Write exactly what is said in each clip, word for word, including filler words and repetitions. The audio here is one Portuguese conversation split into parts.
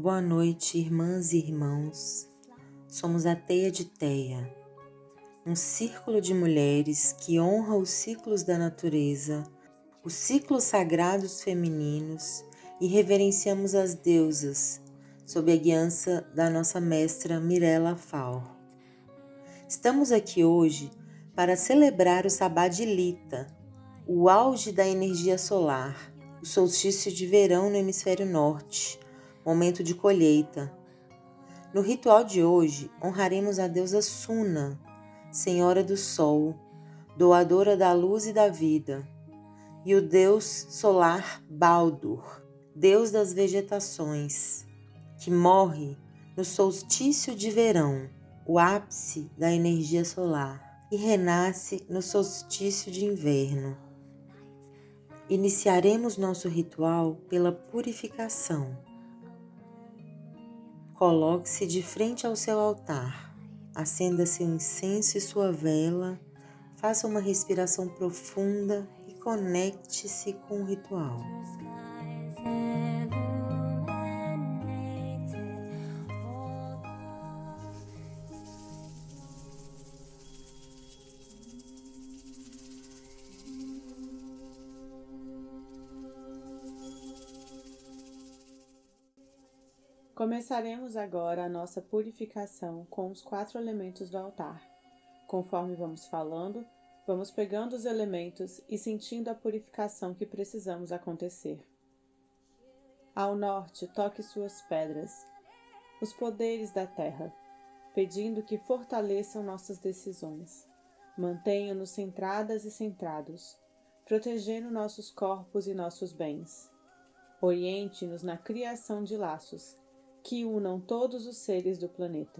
Boa noite, irmãs e irmãos. Somos a Teia de Teia, um círculo de mulheres que honra os ciclos da natureza, os ciclos sagrados femininos e reverenciamos as deusas, sob a guiança da nossa mestra Mirella Faur. Estamos aqui hoje para celebrar o Sabá de Lita, o auge da energia solar, o solstício de verão no hemisfério norte, momento de colheita. No ritual de hoje, honraremos a deusa Suna, Senhora do Sol, doadora da luz e da vida, e o deus solar Baldur, deus das vegetações, que morre no solstício de verão, o ápice da energia solar, e renasce no solstício de inverno. Iniciaremos nosso ritual pela purificação. Coloque-se de frente ao seu altar, acenda seu incenso e sua vela, faça uma respiração profunda e conecte-se com o ritual. Começaremos agora a nossa purificação com os quatro elementos do altar. Conforme vamos falando, vamos pegando os elementos e sentindo a purificação que precisamos acontecer. Ao norte, toque suas pedras, os poderes da terra, pedindo que fortaleçam nossas decisões. Mantenham-nos centradas e centrados, protegendo nossos corpos e nossos bens. Oriente-nos na criação de laços, que unam todos os seres do planeta.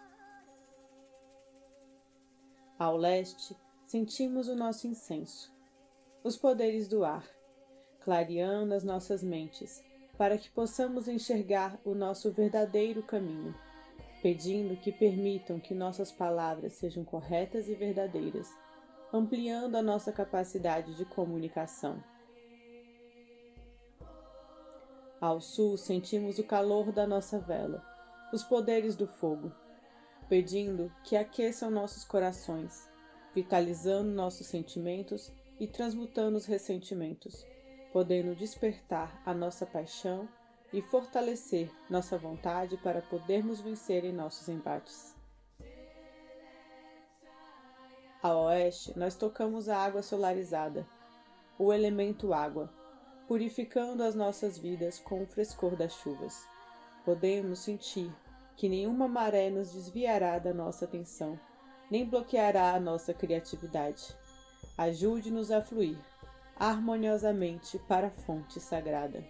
Ao leste, sentimos o nosso incenso, os poderes do ar, clareando as nossas mentes, para que possamos enxergar o nosso verdadeiro caminho, pedindo que permitam que nossas palavras sejam corretas e verdadeiras, ampliando a nossa capacidade de comunicação. Ao sul, sentimos o calor da nossa vela, os poderes do fogo, pedindo que aqueçam nossos corações, vitalizando nossos sentimentos e transmutando os ressentimentos, podendo despertar a nossa paixão e fortalecer nossa vontade para podermos vencer em nossos embates. Ao oeste, nós tocamos a água solarizada, o elemento água, purificando as nossas vidas com o frescor das chuvas. Podemos sentir que nenhuma maré nos desviará da nossa atenção, nem bloqueará a nossa criatividade. Ajude-nos a fluir harmoniosamente para a fonte sagrada.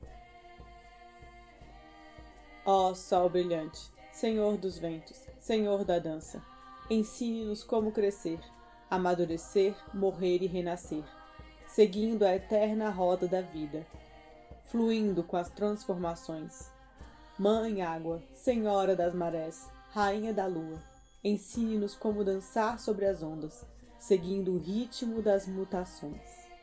Ó Sol brilhante, Senhor dos ventos, Senhor da dança, ensine-nos como crescer, amadurecer, morrer e renascer, seguindo a eterna roda da vida, fluindo com as transformações. Mãe Água, Senhora das Marés, Rainha da Lua, ensine-nos como dançar sobre as ondas, seguindo o ritmo das mutações.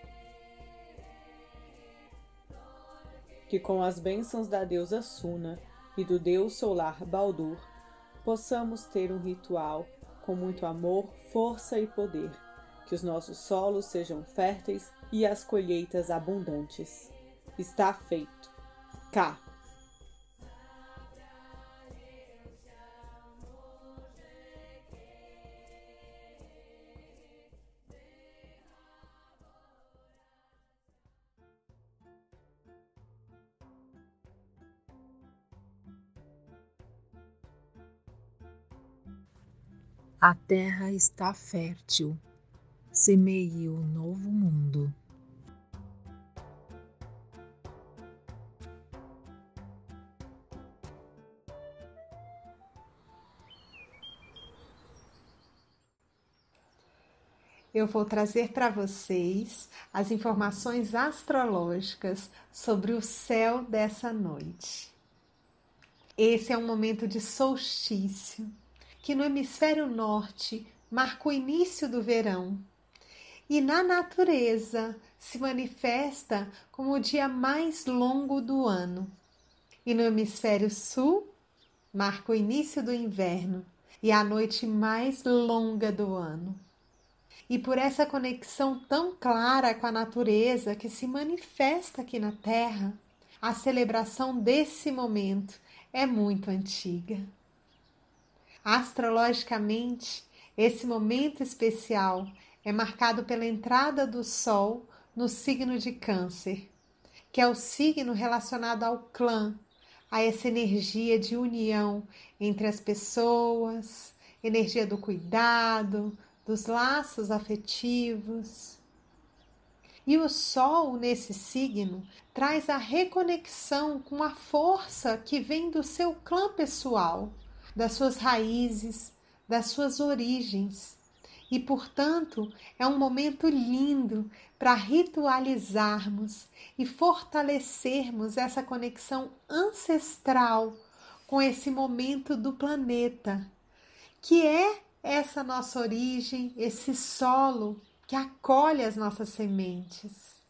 Que com as bênçãos da deusa Suna e do deus solar Baldur, possamos ter um ritual com muito amor, força e poder, que os nossos solos sejam férteis e as colheitas abundantes. Está feito. Cá. A terra está fértil. Semeie o novo mundo. Eu vou trazer para vocês as informações astrológicas sobre o céu dessa noite. Esse é um momento de solstício, que no hemisfério norte marca o início do verão. E na natureza se manifesta como o dia mais longo do ano. E no hemisfério sul, marca o início do inverno e a noite mais longa do ano. E por essa conexão tão clara com a natureza que se manifesta aqui na Terra, a celebração desse momento é muito antiga. Astrologicamente, esse momento especial é marcado pela entrada do Sol no signo de Câncer, que é o signo relacionado ao clã, a essa energia de união entre as pessoas, energia do cuidado, dos laços afetivos. E o Sol, nesse signo, traz a reconexão com a força que vem do seu clã pessoal, das suas raízes, das suas origens. E, portanto, é um momento lindo para ritualizarmos e fortalecermos essa conexão ancestral com esse momento do planeta, que é essa nossa origem, esse solo que acolhe as nossas sementes.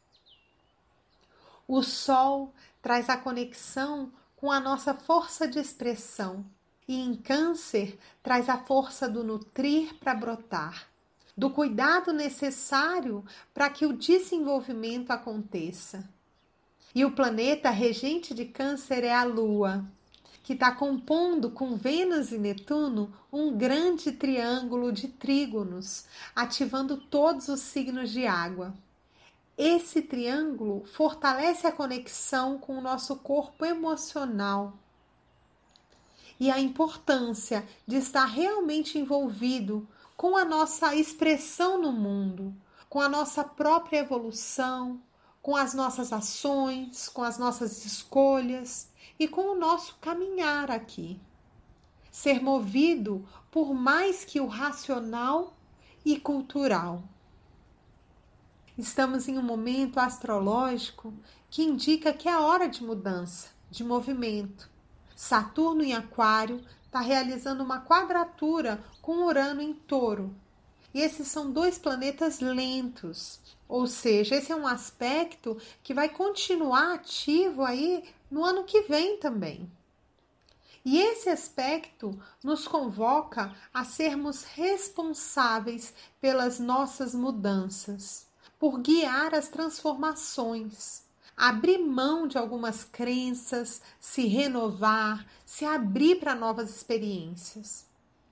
O Sol traz a conexão com a nossa força de expressão e em Câncer traz a força do nutrir para brotar, do cuidado necessário para que o desenvolvimento aconteça. E o planeta regente de Câncer é a Lua, que está compondo com Vênus e Netuno um grande triângulo de trígonos, ativando todos os signos de água. Esse triângulo fortalece a conexão com o nosso corpo emocional e a importância de estar realmente envolvido com a nossa expressão no mundo, com a nossa própria evolução, com as nossas ações, com as nossas escolhas e com o nosso caminhar aqui. Ser movido por mais que o racional e cultural. Estamos em um momento astrológico que indica que é hora de mudança, de movimento. Saturno em Aquário está realizando uma quadratura com Urano em Touro. E esses são dois planetas lentos, ou seja, esse é um aspecto que vai continuar ativo aí no ano que vem também. E esse aspecto nos convoca a sermos responsáveis pelas nossas mudanças, por guiar as transformações, abrir mão de algumas crenças, se renovar, se abrir para novas experiências.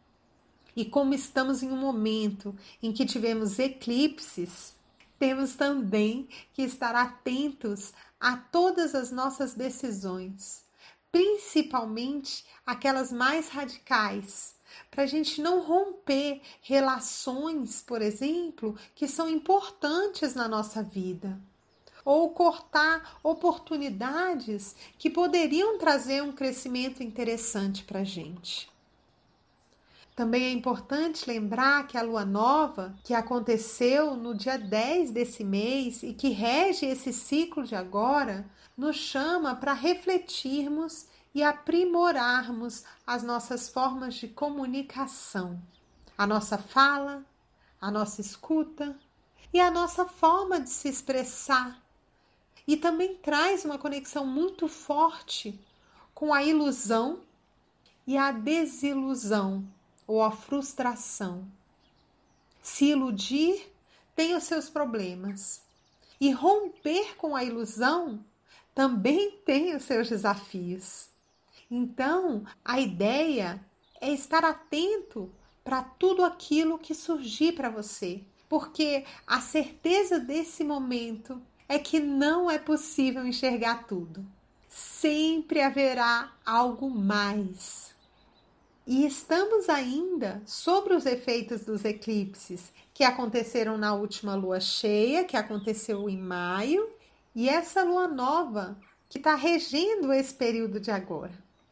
E como estamos em um momento em que tivemos eclipses, temos também que estar atentos a todas as nossas decisões, principalmente aquelas mais radicais, para a gente não romper relações, por exemplo, que são importantes na nossa vida, ou cortar oportunidades que poderiam trazer um crescimento interessante para a gente. Também é importante lembrar que a lua nova, que aconteceu no dia dez desse mês e que rege esse ciclo de agora, nos chama para refletirmos e aprimorarmos as nossas formas de comunicação, a nossa fala, a nossa escuta e a nossa forma de se expressar. E também traz uma conexão muito forte com a ilusão e a desilusão, ou a frustração. Se iludir tem os seus problemas. E romper com a ilusão também tem os seus desafios. Então, a ideia é estar atento para tudo aquilo que surgir para você. Porque a certeza desse momento é que não é possível enxergar tudo. Sempre haverá algo mais. E estamos ainda sobre os efeitos dos eclipses que aconteceram na última lua cheia, que aconteceu em maio, e essa lua nova que está regendo esse período de agora.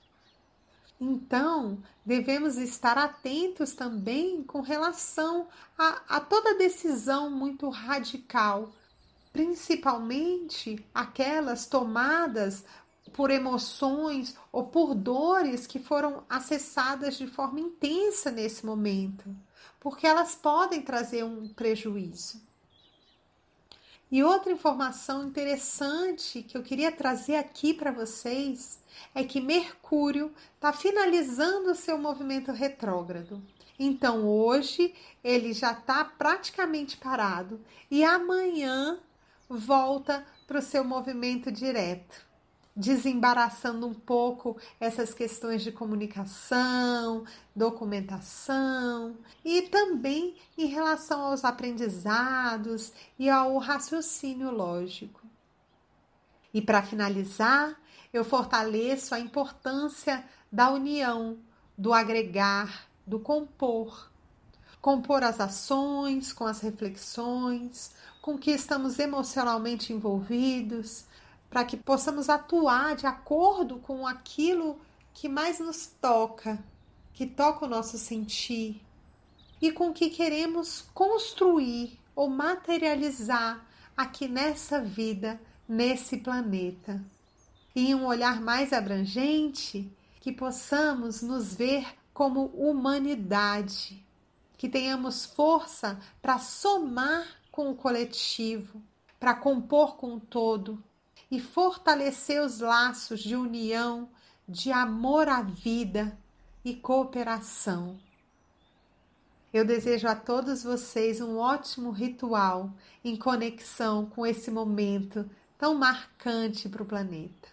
Então, devemos estar atentos também com relação a, a toda decisão muito radical, principalmente aquelas tomadas por emoções ou por dores que foram acessadas de forma intensa nesse momento, porque elas podem trazer um prejuízo. E outra informação interessante que eu queria trazer aqui para vocês é que Mercúrio está finalizando o seu movimento retrógrado. Então hoje ele já está praticamente parado e amanhã volta para o seu movimento direto, desembaraçando um pouco essas questões de comunicação, documentação e também em relação aos aprendizados e ao raciocínio lógico. E para finalizar, eu fortaleço a importância da união, do agregar, do compor. Compor as ações com as reflexões, com que estamos emocionalmente envolvidos, para que possamos atuar de acordo com aquilo que mais nos toca, que toca o nosso sentir, e com que queremos construir ou materializar aqui nessa vida, nesse planeta. E em um olhar mais abrangente, que possamos nos ver como humanidade, que tenhamos força para somar com o coletivo, para compor com o todo e fortalecer os laços de união, de amor à vida e cooperação. Eu desejo a todos vocês um ótimo ritual em conexão com esse momento tão marcante para o planeta.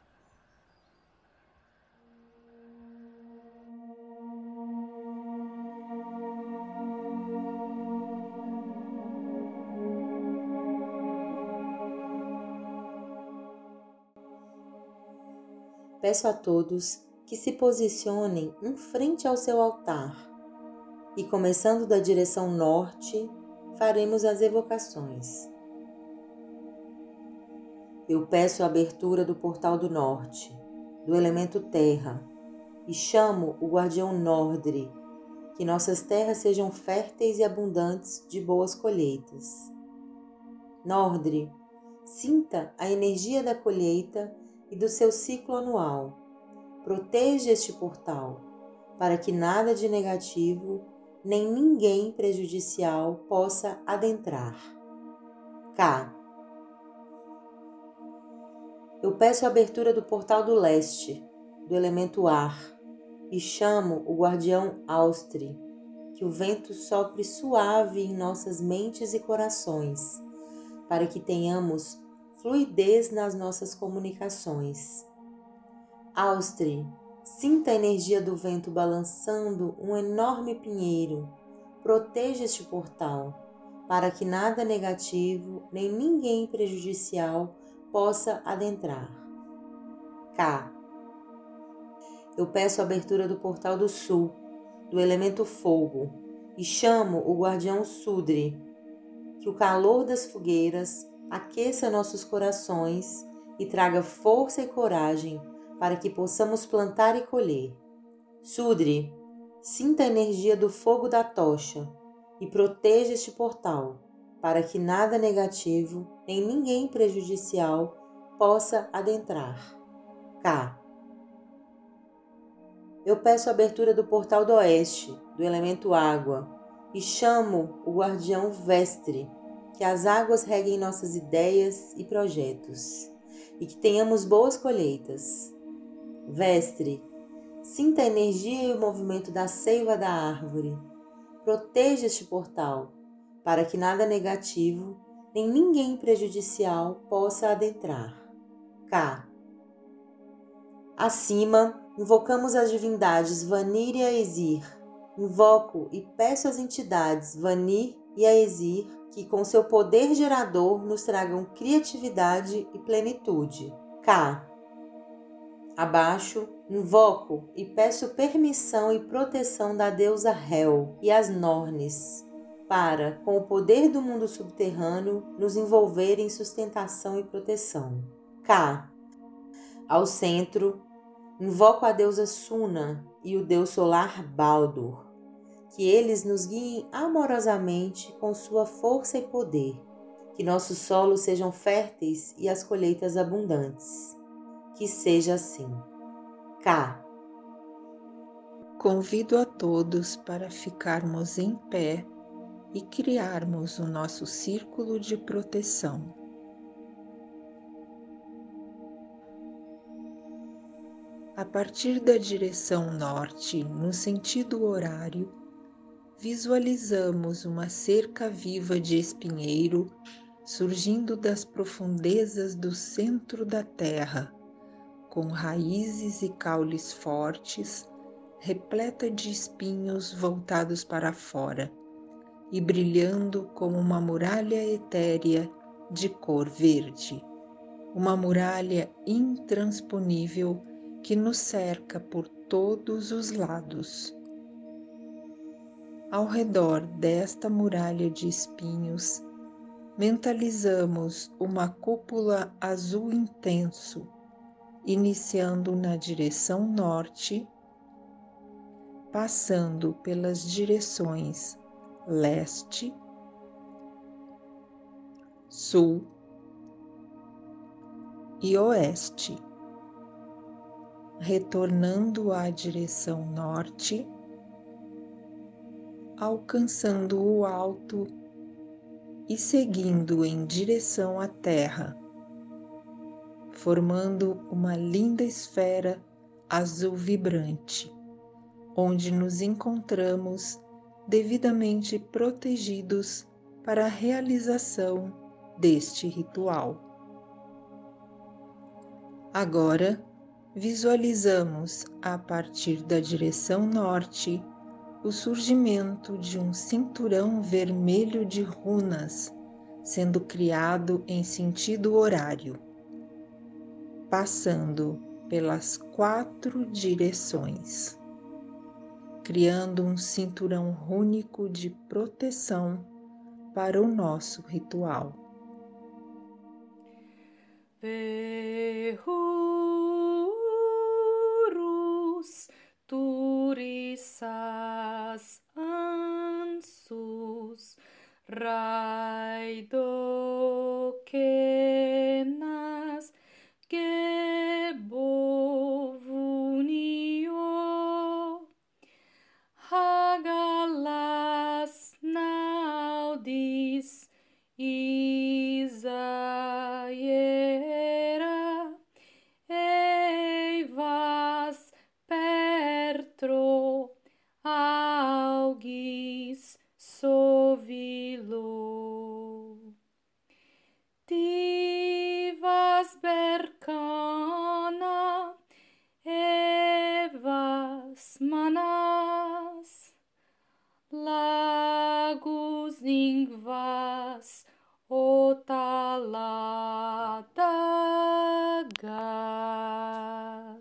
Peço a todos que se posicionem em frente ao seu altar e, começando da direção norte, faremos as evocações. Eu peço a abertura do portal do norte, do elemento terra, e chamo o guardião Nordri, que nossas terras sejam férteis e abundantes de boas colheitas. Nordri, sinta a energia da colheita e do seu ciclo anual. Proteja este portal, para que nada de negativo, nem ninguém prejudicial possa adentrar. K. Eu peço a abertura do portal do leste, do elemento ar, e chamo o guardião Austri, que o vento sopre suave em nossas mentes e corações, para que tenhamos fluidez nas nossas comunicações. Austri, sinta a energia do vento balançando um enorme pinheiro. Proteja este portal, para que nada negativo, nem ninguém prejudicial possa adentrar. K. Eu peço a abertura do portal do sul, do elemento fogo, e chamo o guardião Sudri, que o calor das fogueiras aqueça nossos corações e traga força e coragem para que possamos plantar e colher. Sudri, sinta a energia do fogo da tocha e proteja este portal, para que nada negativo, nem ninguém prejudicial possa adentrar. K. Eu peço a abertura do portal do oeste, do elemento água, e chamo o guardião Vestre, que as águas reguem nossas ideias e projetos, e que tenhamos boas colheitas. Vestre, sinta a energia e o movimento da seiva da árvore. Proteja este portal, para que nada negativo, nem ninguém prejudicial possa adentrar. K. Acima, invocamos as divindades Vanir e Aesir. Invoco e peço às entidades Vanir e Aesir que com seu poder gerador nos tragam criatividade e plenitude. K. Abaixo, invoco e peço permissão e proteção da deusa Hel e as Nornes, para, com o poder do mundo subterrâneo, nos envolver em sustentação e proteção. K. Ao centro, invoco a deusa Suna e o deus solar Baldur, que eles nos guiem amorosamente com sua força e poder, que nossos solos sejam férteis e as colheitas abundantes. Que seja assim. K. Convido a todos para ficarmos em pé e criarmos o nosso círculo de proteção. A partir da direção norte, no sentido horário, visualizamos uma cerca viva de espinheiro surgindo das profundezas do centro da Terra, com raízes e caules fortes, repleta de espinhos voltados para fora e brilhando como uma muralha etérea de cor verde, uma muralha intransponível que nos cerca por todos os lados. Ao redor desta muralha de espinhos, mentalizamos uma cúpula azul intenso, iniciando na direção norte, passando pelas direções leste, sul e oeste, retornando à direção norte, alcançando o alto e seguindo em direção à Terra, formando uma linda esfera azul vibrante, onde nos encontramos devidamente protegidos para a realização deste ritual. Agora, visualizamos, a partir da direção norte, o surgimento de um cinturão vermelho de runas, sendo criado em sentido horário, passando pelas quatro direções, criando um cinturão rúnico de proteção para o nosso ritual. Verurus turissas ansus raidokenas gebovunio hagalas naudis Isaiera eivas pertro augis sovilo tivas bercana evas manas lagos ingvas otaladagas.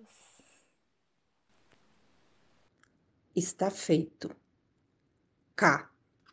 Está feito. Cá.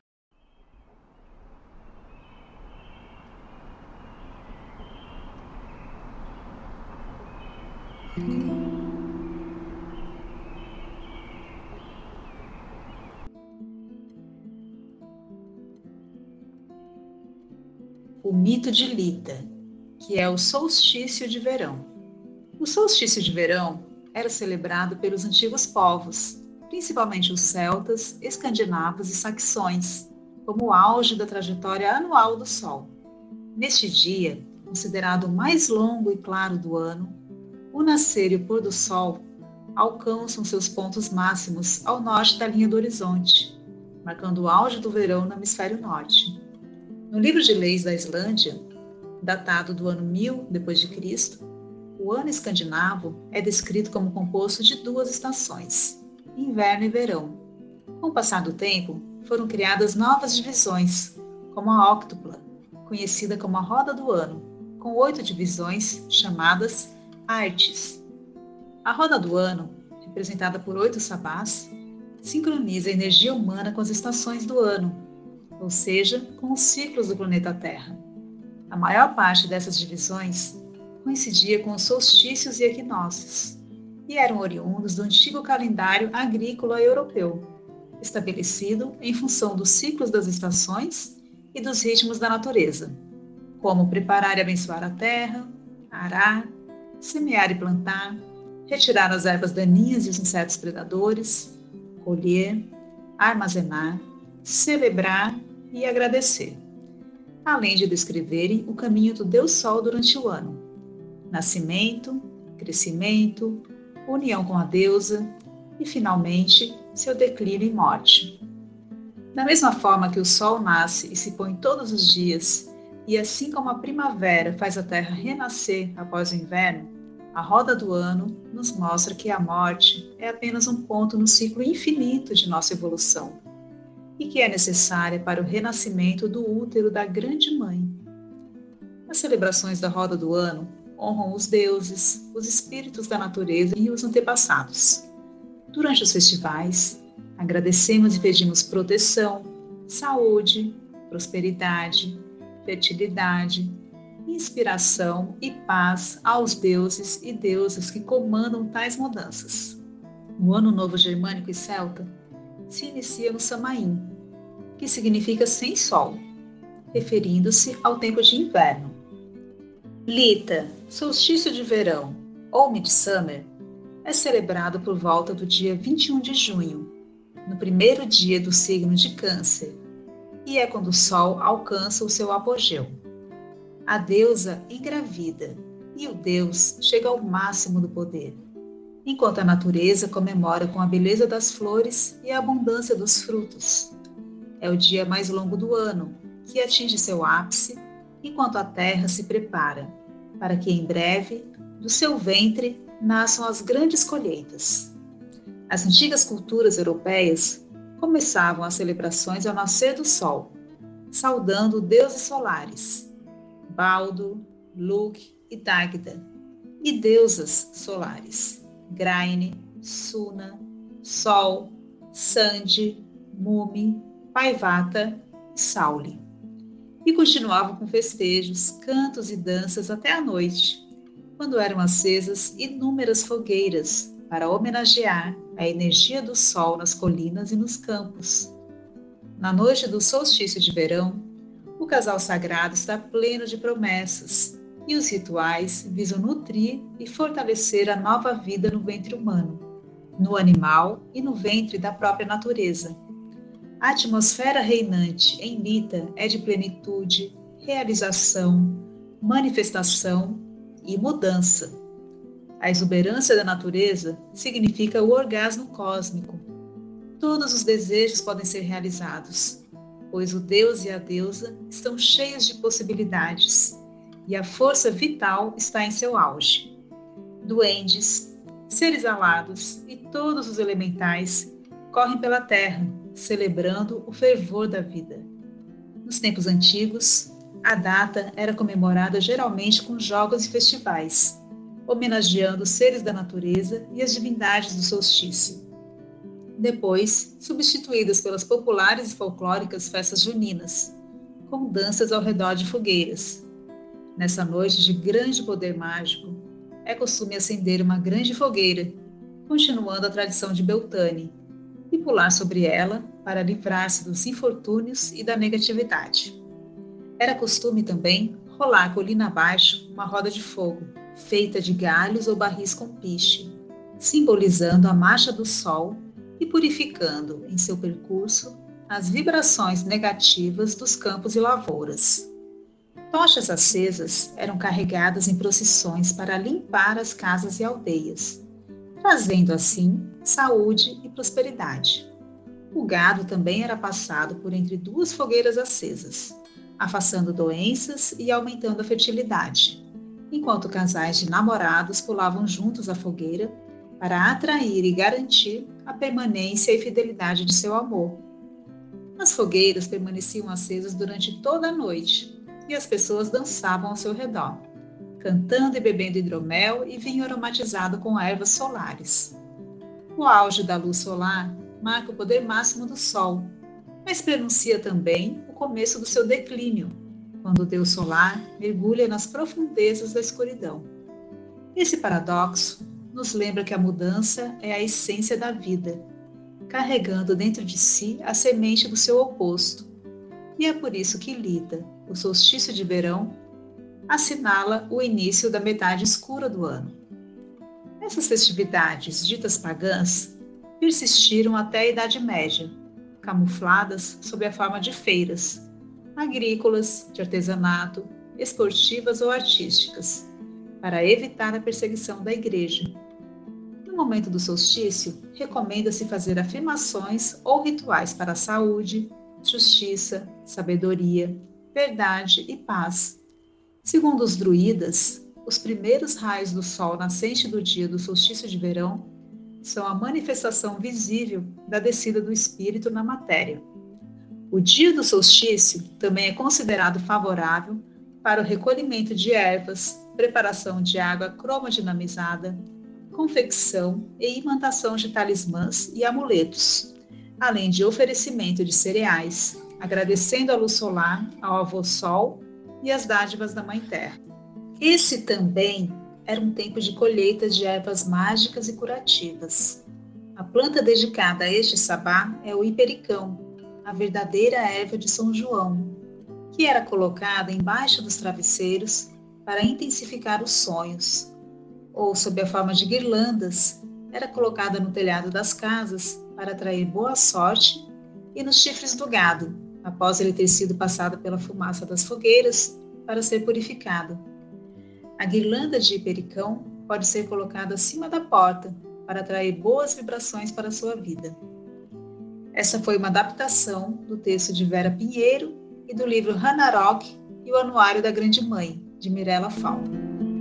O mito de Lita, que é o solstício de verão. O solstício de verão era celebrado pelos antigos povos, principalmente os celtas, escandinavos e saxões, como o auge da trajetória anual do Sol. Neste dia, considerado o mais longo e claro do ano, o nascer e o pôr do Sol alcançam seus pontos máximos ao norte da linha do horizonte, marcando o auge do verão no hemisfério norte. No livro de leis da Islândia, datado do ano mil depois de Cristo, o ano escandinavo é descrito como composto de duas estações, inverno e verão. Com o passar do tempo, foram criadas novas divisões, como a óctupla, conhecida como a roda do ano, com oito divisões chamadas artes. A roda do ano, representada por oito sabás, sincroniza a energia humana com as estações do ano, ou seja, com os ciclos do planeta Terra. A maior parte dessas divisões coincidia com os solstícios e equinócios, e eram oriundos do antigo calendário agrícola europeu, estabelecido em função dos ciclos das estações e dos ritmos da natureza, como preparar e abençoar a terra, arar, semear e plantar, retirar as ervas daninhas e os insetos predadores, colher, armazenar, celebrar e agradecer, além de descreverem o caminho do Deus Sol durante o ano: nascimento, crescimento, união com a deusa e, finalmente, seu declínio e morte. Da mesma forma que o sol nasce e se põe todos os dias, e assim como a primavera faz a terra renascer após o inverno, a roda do ano nos mostra que a morte é apenas um ponto no ciclo infinito de nossa evolução e que é necessária para o renascimento do útero da Grande Mãe. As celebrações da roda do ano honram os deuses, os espíritos da natureza e os antepassados. Durante os festivais, agradecemos e pedimos proteção, saúde, prosperidade, fertilidade, inspiração e paz aos deuses e deusas que comandam tais mudanças. O Ano Novo Germânico e Celta se inicia no Samaim, que significa sem sol, referindo-se ao tempo de inverno. Lita, solstício de verão, ou Midsummer, é celebrado por volta do dia vinte e um de junho, no primeiro dia do signo de Câncer, e é quando o Sol alcança o seu apogeu. A deusa engravida e o Deus chega ao máximo do poder, enquanto a natureza comemora com a beleza das flores e a abundância dos frutos. É o dia mais longo do ano, que atinge seu ápice, enquanto a terra se prepara, para que em breve, do seu ventre, nasçam as grandes colheitas. As antigas culturas europeias começavam as celebrações ao nascer do sol, saudando deuses solares, Baldur, Lugh e Dagda, e deusas solares, Graine, Suna, Sol, Sandi, Mumi, Paivata e Sauli. E continuavam com festejos, cantos e danças até a noite, quando eram acesas inúmeras fogueiras para homenagear a energia do sol nas colinas e nos campos. Na noite do solstício de verão, o casal sagrado está pleno de promessas e os rituais visam nutrir e fortalecer a nova vida no ventre humano, no animal e no ventre da própria natureza. A atmosfera reinante em Lita é de plenitude, realização, manifestação e mudança. A exuberância da natureza significa o orgasmo cósmico. Todos os desejos podem ser realizados, pois o Deus e a deusa estão cheios de possibilidades e a força vital está em seu auge. Duendes, seres alados e todos os elementais correm pela terra, celebrando o fervor da vida. Nos tempos antigos, a data era comemorada geralmente com jogos e festivais, homenageando os seres da natureza e as divindades do solstício. Depois, substituídas pelas populares e folclóricas festas juninas, com danças ao redor de fogueiras. Nessa noite de grande poder mágico, é costume acender uma grande fogueira, continuando a tradição de Beltane, e pular sobre ela para livrar-se dos infortúnios e da negatividade. Era costume também rolar colina abaixo uma roda de fogo, feita de galhos ou barris com piche, simbolizando a marcha do sol e purificando em seu percurso as vibrações negativas dos campos e lavouras. Tochas acesas eram carregadas em procissões para limpar as casas e aldeias, trazendo assim saúde e prosperidade. O gado também era passado por entre duas fogueiras acesas, afastando doenças e aumentando a fertilidade, enquanto casais de namorados pulavam juntos à fogueira para atrair e garantir a permanência e fidelidade de seu amor. As fogueiras permaneciam acesas durante toda a noite e as pessoas dançavam ao seu redor, cantando e bebendo hidromel e vinho aromatizado com ervas solares. O auge da luz solar marca o poder máximo do Sol, mas prenuncia também o começo do seu declínio, quando o Deus solar mergulha nas profundezas da escuridão. Esse paradoxo nos lembra que a mudança é a essência da vida, carregando dentro de si a semente do seu oposto. E é por isso que Lita, o solstício de verão, assinala o início da metade escura do ano. Essas festividades, ditas pagãs, persistiram até a Idade Média, camufladas sob a forma de feiras, agrícolas, de artesanato, esportivas ou artísticas, para evitar a perseguição da Igreja. No No momento do solstício, recomenda-se fazer afirmações ou rituais para a saúde, justiça, sabedoria, verdade e paz. Segundo os druidas, os primeiros raios do sol nascente do dia do solstício de verão são a manifestação visível da descida do espírito na matéria. O dia do solstício também é considerado favorável para o recolhimento de ervas, preparação de água cromodinamizada, confecção e imantação de talismãs e amuletos, além de oferecimento de cereais, agradecendo a luz solar, ao avô Sol e as dádivas da Mãe Terra. Esse também era um tempo de colheitas de ervas mágicas e curativas. A planta dedicada a este sabá é o hipericão, a verdadeira erva de São João, que era colocada embaixo dos travesseiros para intensificar os sonhos, ou sob a forma de guirlandas, era colocada no telhado das casas para atrair boa sorte e nos chifres do gado, após ele ter sido passado pela fumaça das fogueiras para ser purificado. A guirlanda de hipericão pode ser colocada acima da porta para atrair boas vibrações para a sua vida. Essa foi uma adaptação do texto de Vera Pinheiro e do livro Ragnarok e o Anuário da Grande Mãe, de Mirella Falco.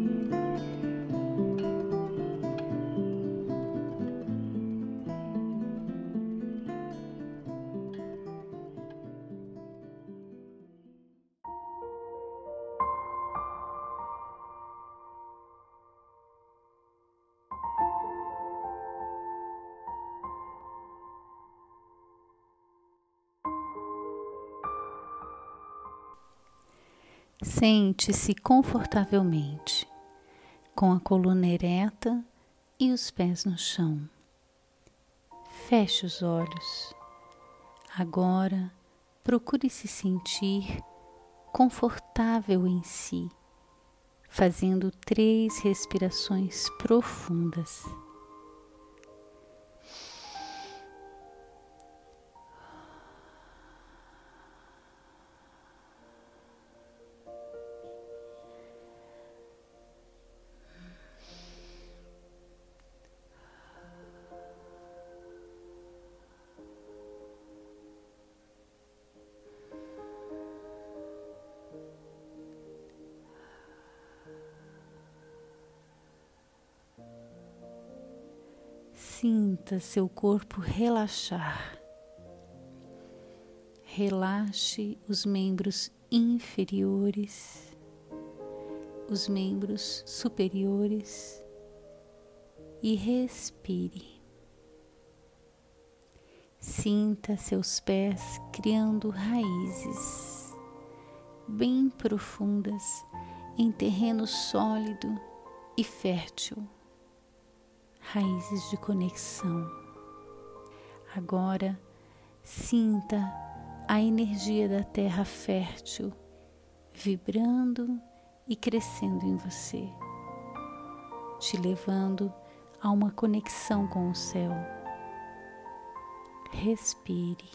Sente-se confortavelmente, com a coluna ereta e os pés no chão. Feche os olhos. Agora, procure se sentir confortável em si, fazendo três respirações profundas. Sinta seu corpo relaxar. Relaxe os membros inferiores, os membros superiores e respire. Sinta seus pés criando raízes bem profundas em terreno sólido e fértil. Raízes de conexão. Agora, sinta a energia da terra fértil vibrando e crescendo em você, te levando a uma conexão com o céu. Respire.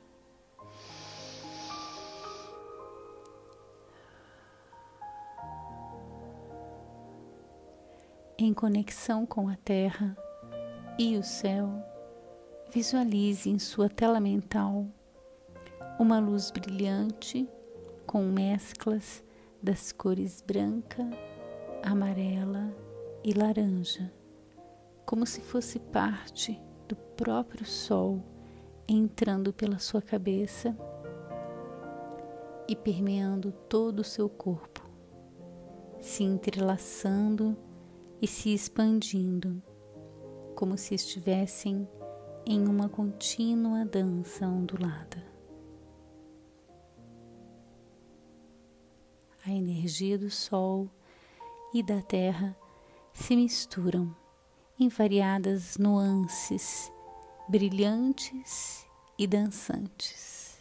Em conexão com a terra e o céu, visualize em sua tela mental uma luz brilhante com mesclas das cores branca, amarela e laranja, como se fosse parte do próprio sol entrando pela sua cabeça e permeando todo o seu corpo, se entrelaçando e se expandindo, como se estivessem em uma contínua dança ondulada. A energia do Sol e da Terra se misturam em variadas nuances brilhantes e dançantes.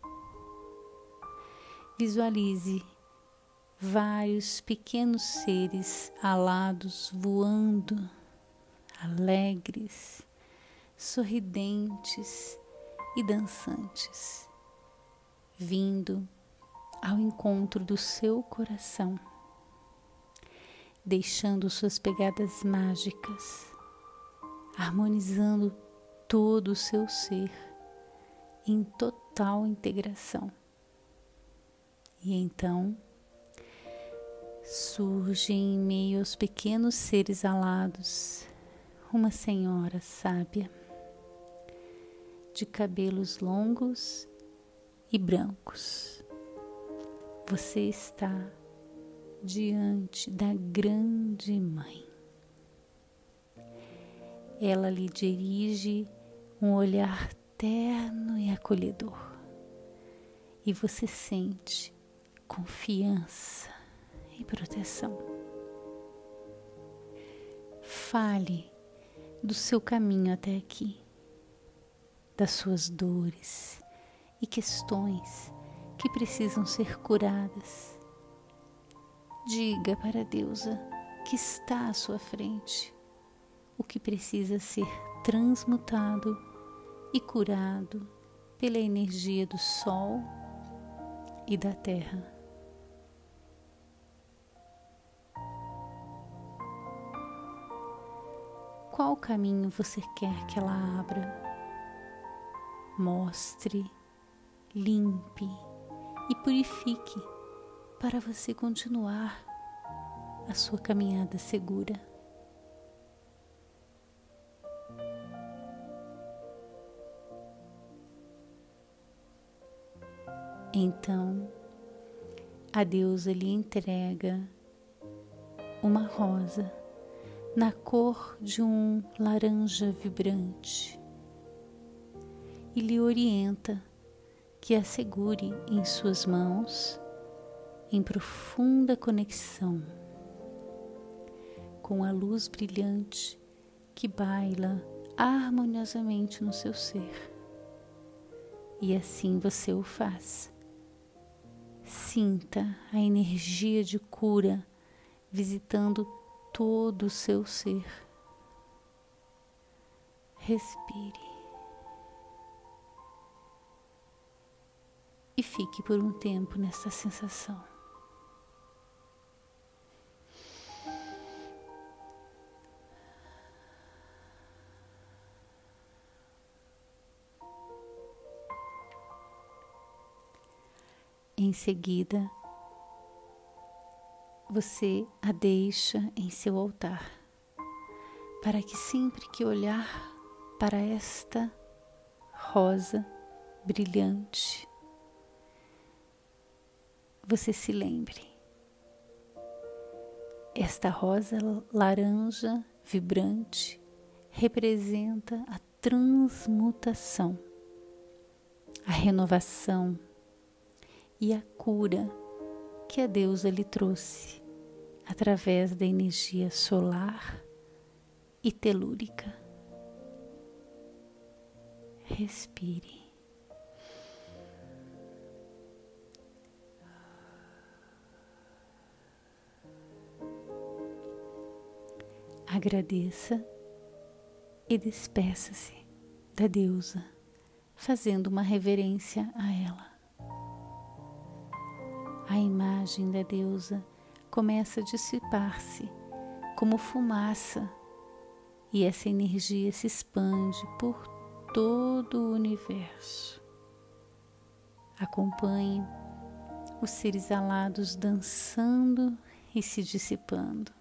Visualize vários pequenos seres alados voando, alegres, sorridentes e dançantes, vindo ao encontro do seu coração, deixando suas pegadas mágicas, harmonizando todo o seu ser em total integração. E então surge em meio aos pequenos seres alados uma senhora sábia, de cabelos longos e brancos. Você está diante da grande mãe. Ela lhe dirige um olhar terno e acolhedor, e você sente confiança e proteção. Fale do seu caminho até aqui, das suas dores e questões que precisam ser curadas. Diga para a deusa que está à sua frente o que precisa ser transmutado e curado pela energia do sol e da terra. Qual caminho você quer que ela abra? Mostre, limpe e purifique para você continuar a sua caminhada segura. Então, a deusa lhe entrega uma rosa na cor de um laranja vibrante e lhe orienta que a segure em suas mãos em profunda conexão com a luz brilhante que baila harmoniosamente no seu ser. E assim você o faz. Sinta a energia de cura visitando todo o seu ser. Respire e fique por um tempo nessa sensação. Em seguida, você a deixa em seu altar, para que sempre que olhar para esta rosa brilhante, você se lembre. Esta rosa laranja vibrante representa a transmutação, a renovação e a cura que a deusa lhe trouxe através da energia solar e telúrica. Respire. Agradeça e despeça-se da deusa, fazendo uma reverência a ela. A imagem da deusa começa a dissipar-se como fumaça e essa energia se expande por todo o universo. Acompanhe os seres alados dançando e se dissipando.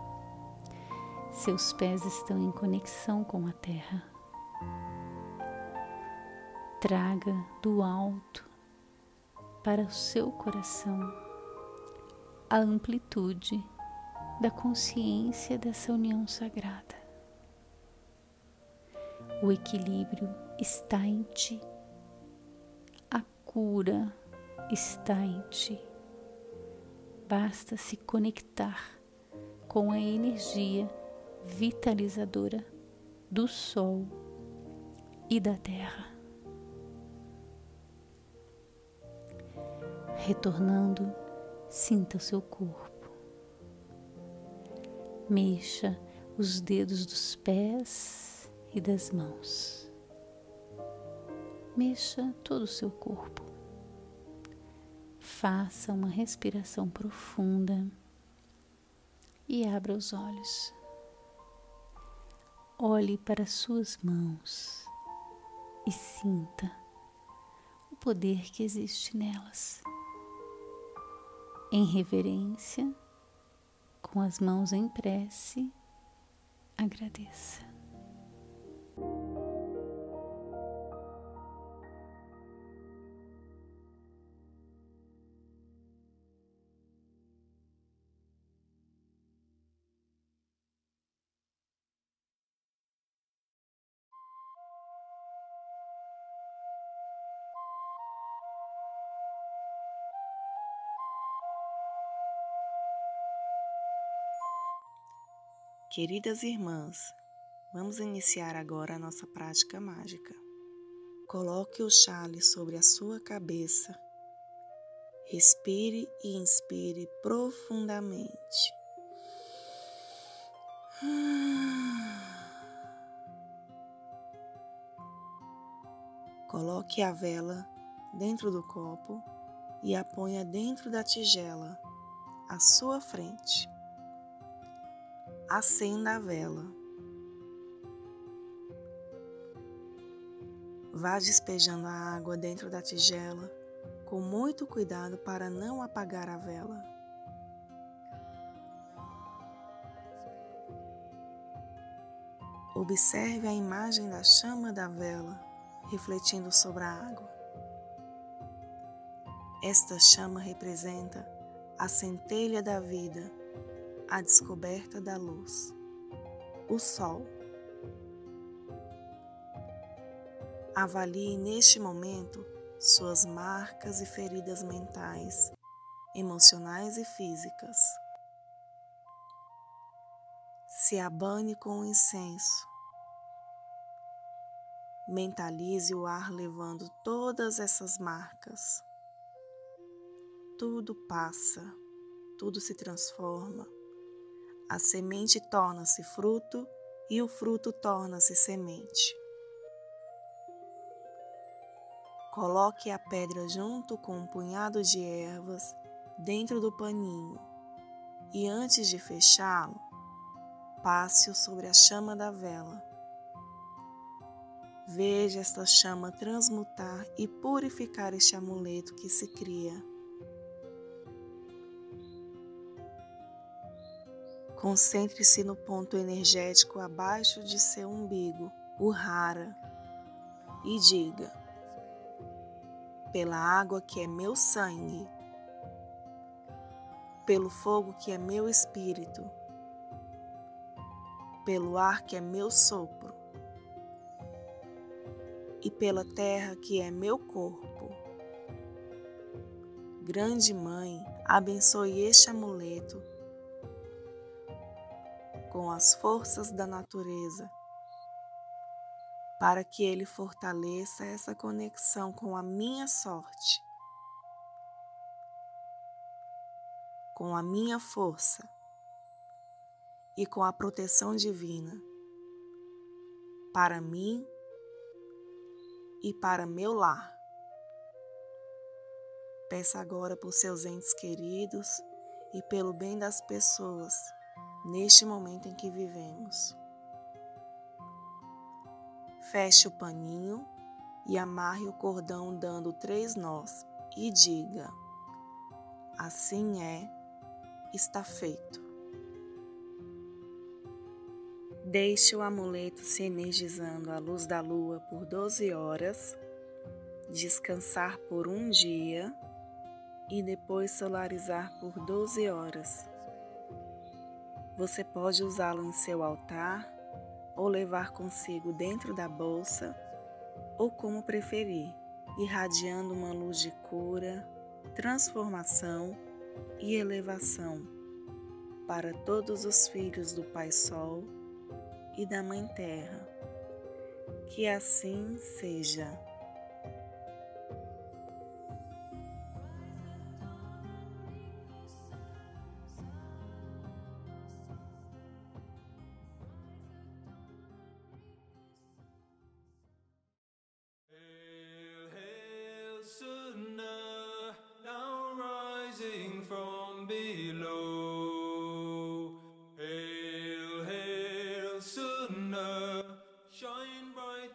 Seus pés estão em conexão com a terra. Traga do alto para o seu coração a amplitude da consciência dessa união sagrada. O equilíbrio está em ti. A cura está em ti. Basta se conectar com a energia vitalizadora do sol e da terra. Retornando, sinta o seu corpo. Mexa os dedos dos pés e das mãos. Mexa todo o seu corpo. Faça uma respiração profunda e abra os olhos. olhe para suas mãos e sinta o poder que existe nelas. Em reverência, com as mãos em prece, agradeça. Queridas irmãs, vamos iniciar agora a nossa prática mágica. Coloque o chale sobre a sua cabeça. Respire e inspire profundamente. Coloque a vela dentro do copo e a ponha dentro da tigela, à sua frente. Acenda a vela. Vá despejando a água dentro da tigela, com muito cuidado para não apagar a vela. Observe a imagem da chama da vela refletindo sobre a água. Esta chama representa a centelha da vida, a descoberta da luz, o sol. Avalie neste momento suas marcas e feridas mentais, emocionais e físicas. Se abane com o incenso. Mentalize o ar levando todas essas marcas. Tudo passa, tudo se transforma. A semente torna-se fruto e o fruto torna-se semente. Coloque a pedra junto com um punhado de ervas dentro do paninho e antes de fechá-lo, passe-o sobre a chama da vela. Veja esta chama transmutar e purificar este amuleto que se cria. Concentre-se no ponto energético abaixo de seu umbigo, o Hara, e diga: pela água que é meu sangue, pelo fogo que é meu espírito, pelo ar que é meu sopro, e pela terra que é meu corpo. Grande Mãe, abençoe este amuleto com as forças da natureza, para que ele fortaleça essa conexão com a minha sorte, com a minha força e com a proteção divina, para mim e para meu lar. Peça agora por seus entes queridos e pelo bem das pessoas neste momento em que vivemos. Feche o paninho e amarre o cordão dando três nós e diga: assim é, está feito. Deixe o amuleto se energizando à luz da lua por doze horas, descansar por um dia e depois solarizar por doze horas. Você pode usá-lo em seu altar ou levar consigo dentro da bolsa, ou como preferir, irradiando uma luz de cura, transformação e elevação para todos os filhos do Pai Sol e da Mãe Terra. Que assim seja. Now rising from below, hail, hail, Sunna.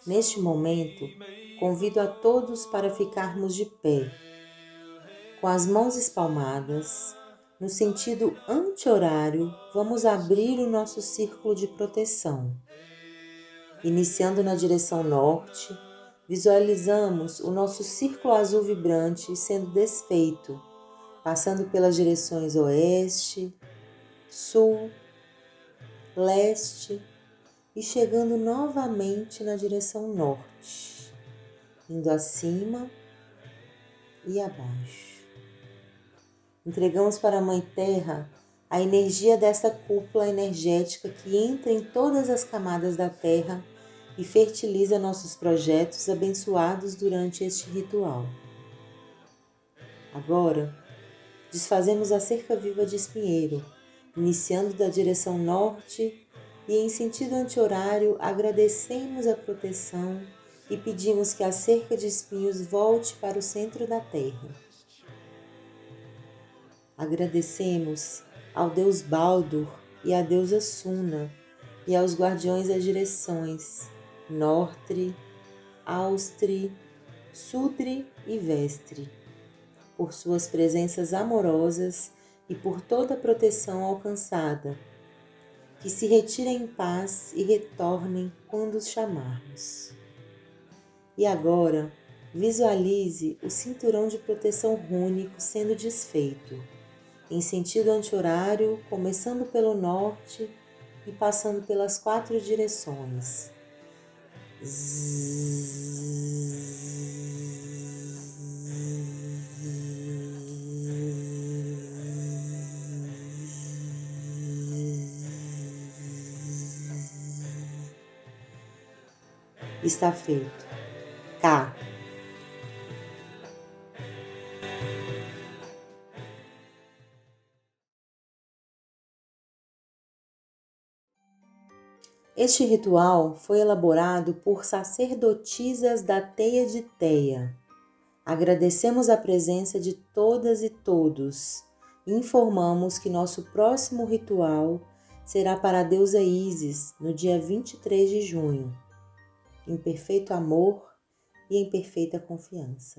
Neste momento, convido a todos para ficarmos de pé, com as mãos espalmadas. No sentido anti-horário, vamos abrir o nosso círculo de proteção. Iniciando na direção norte, visualizamos o nosso círculo azul vibrante sendo desfeito, passando pelas direções oeste, sul, leste e chegando novamente na direção norte, indo acima e abaixo. Entregamos para a Mãe Terra a energia dessa cúpula energética que entra em todas as camadas da Terra e fertiliza nossos projetos abençoados durante este ritual. Agora, desfazemos a cerca viva de espinheiro, iniciando da direção norte e em sentido anti-horário agradecemos a proteção e pedimos que a cerca de espinhos volte para o centro da Terra. Agradecemos ao Deus Baldur e à deusa Suna e aos guardiões das direções Nortre, Austri, Sudri e Vestre, por suas presenças amorosas e por toda a proteção alcançada, que se retirem em paz e retornem quando os chamarmos. E agora, visualize o cinturão de proteção rúnico sendo desfeito, em sentido anti-horário, começando pelo norte e passando pelas quatro direções. Está feito. Cá. Este ritual foi elaborado por sacerdotisas da Teia de Teia. Agradecemos a presença de todas e todos e informamos que nosso próximo ritual será para a deusa Ísis no dia vinte e três de junho, em perfeito amor e em perfeita confiança.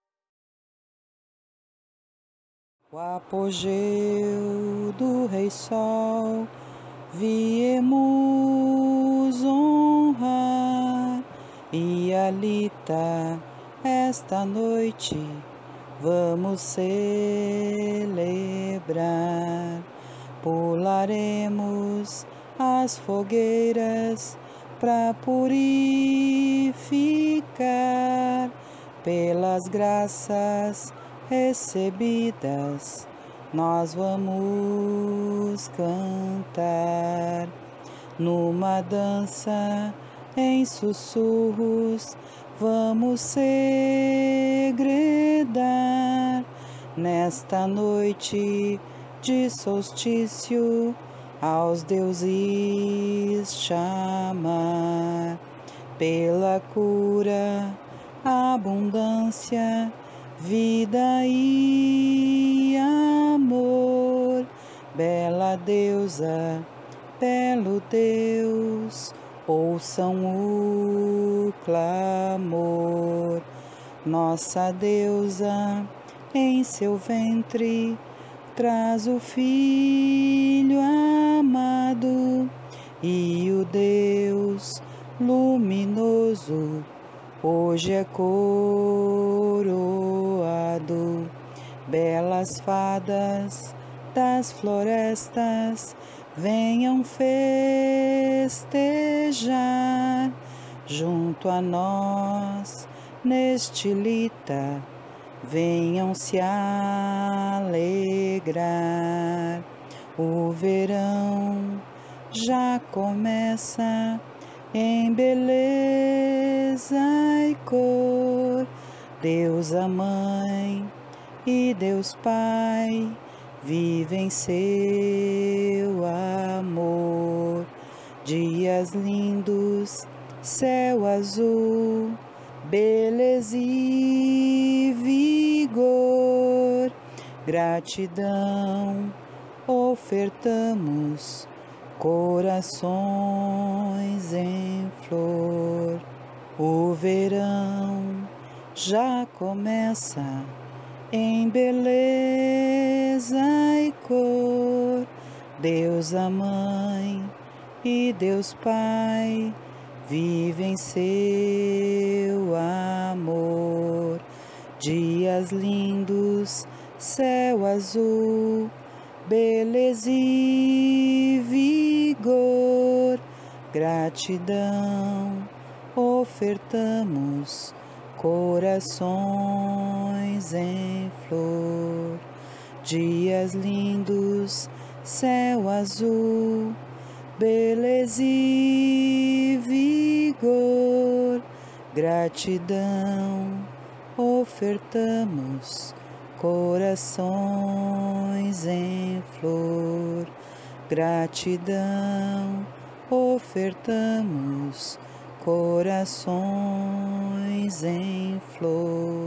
O apogeu do Rei Sol viemos honrar, e Alita, esta noite vamos celebrar. Pularemos as fogueiras para purificar, pelas graças recebidas nós vamos cantar numa dança em sussurros, vamos segredar nesta noite de solstício, aos deuses chamar pela cura, abundância, vida e amor. Bela deusa, belo Deus, ouçam o clamor. Nossa deusa, em seu ventre, traz o Filho amado, e o Deus luminoso hoje é coroado. Belas fadas das florestas, venham festejar junto a nós neste lita, venham se alegrar. O verão já começa em beleza e cor. Deusa Mãe e Deus Pai vivem seu amor. Dias lindos, céu azul, beleza e vigor. Gratidão ofertamos, corações em flor. O verão já começa em beleza e cor. Deus a Mãe e Deus Pai vivem seu amor. Dias lindos, céu azul, beleza e vigor. Gratidão ofertamos, corações em flor. Dias lindos, céu azul, beleza e vigor. Gratidão ofertamos, corações em flor. Gratidão ofertamos, corações em flor.